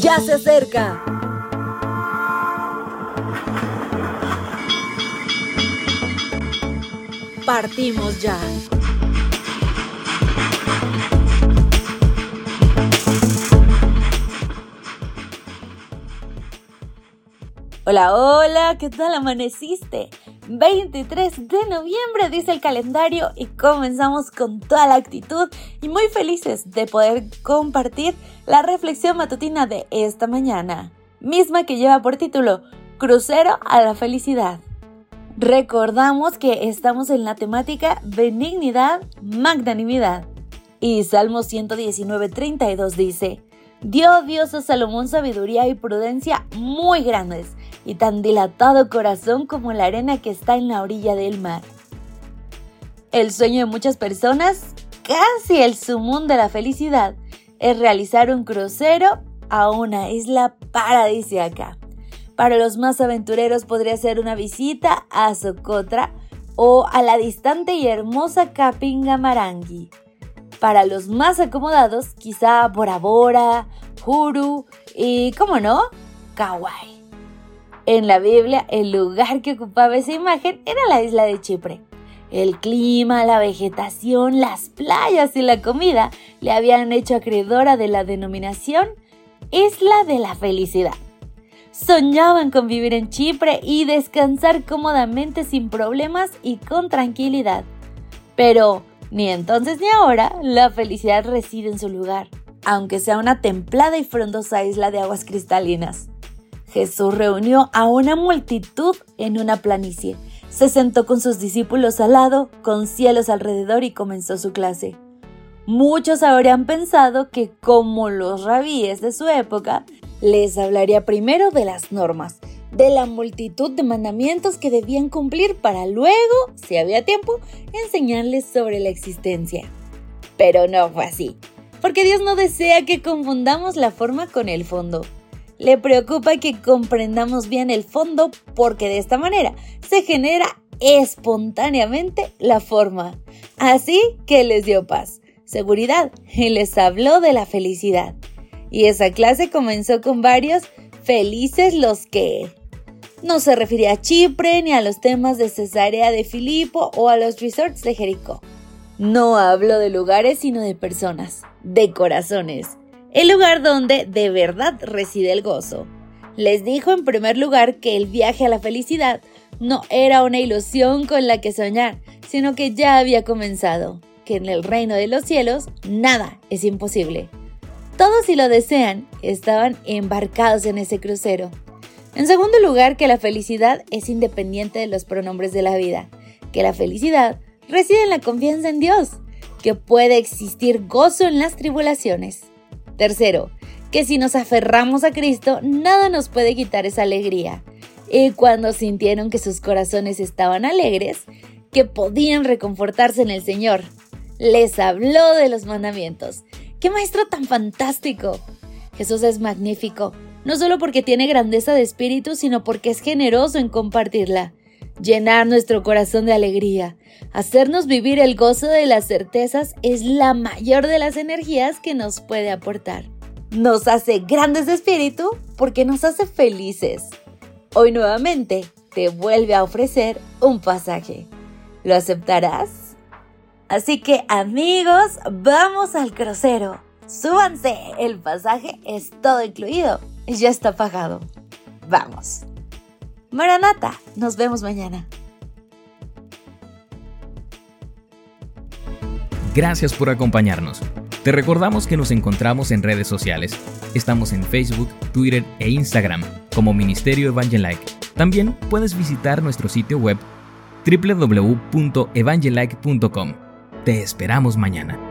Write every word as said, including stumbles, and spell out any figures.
ya se acerca. Partimos ya. Hola, hola, ¿qué tal amaneciste? veintitrés de noviembre dice el calendario y comenzamos con toda la actitud y muy felices de poder compartir la reflexión matutina de esta mañana, misma que lleva por título Crucero a la felicidad. Recordamos que estamos en la temática benignidad, magnanimidad y Salmo ciento diecinueve, treinta y dos dice: Dio Dios a Salomón sabiduría y prudencia muy grandes y tan dilatado corazón como la arena que está en la orilla del mar. El sueño de muchas personas, casi el sumum de la felicidad, es realizar un crucero a una isla paradisíaca. Para los más aventureros podría ser una visita a Socotra o a la distante y hermosa Kapinga Marangui. Para los más acomodados, quizá Bora Bora, Huru y, ¿cómo no?, Kauai. En la Biblia, el lugar que ocupaba esa imagen era la isla de Chipre. El clima, la vegetación, las playas y la comida le habían hecho acreedora de la denominación Isla de la Felicidad. Soñaban con vivir en Chipre y descansar cómodamente sin problemas y con tranquilidad. Pero ni entonces ni ahora la felicidad reside en su lugar, aunque sea una templada y frondosa isla de aguas cristalinas. Jesús reunió a una multitud en una planicie, se sentó con sus discípulos al lado, con cielos alrededor y comenzó su clase. Muchos habrían pensado que, como los rabíes de su época, les hablaría primero de las normas, de la multitud de mandamientos que debían cumplir para luego, si había tiempo, enseñarles sobre la existencia. Pero no fue así, porque Dios no desea que confundamos la forma con el fondo. Le preocupa que comprendamos bien el fondo porque de esta manera se genera espontáneamente la forma. Así que les dio paz, seguridad y les habló de la felicidad. Y esa clase comenzó con varios felices los que... No se refería a Chipre, ni a los temas de Cesarea de Filipo o a los resorts de Jericó. No habló de lugares, sino de personas, de corazones, el lugar donde de verdad reside el gozo. Les dijo en primer lugar que el viaje a la felicidad no era una ilusión con la que soñar, sino que ya había comenzado, que en el reino de los cielos nada es imposible. Todos, si lo desean, estaban embarcados en ese crucero. En segundo lugar, que la felicidad es independiente de los pronombres de la vida, que la felicidad reside en la confianza en Dios, que puede existir gozo en las tribulaciones. Tercero, que si nos aferramos a Cristo, nada nos puede quitar esa alegría. Y cuando sintieron que sus corazones estaban alegres, que podían reconfortarse en el Señor, les habló de los mandamientos. ¡Qué maestro tan fantástico! Jesús es magnífico, no solo porque tiene grandeza de espíritu, sino porque es generoso en compartirla. Llenar nuestro corazón de alegría, hacernos vivir el gozo de las certezas es la mayor de las energías que nos puede aportar. Nos hace grandes de espíritu porque nos hace felices. Hoy nuevamente te vuelve a ofrecer un pasaje. ¿Lo aceptarás? Así que, amigos, vamos al crucero. Súbanse, el pasaje es todo incluido. Ya está pagado. Vamos. Maranata, nos vemos mañana. Gracias por acompañarnos. Te recordamos que nos encontramos en redes sociales. Estamos en Facebook, Twitter e Instagram como Ministerio Evangelike. También puedes visitar nuestro sitio web doble u doble u doble u punto evangelike punto com. Te esperamos mañana.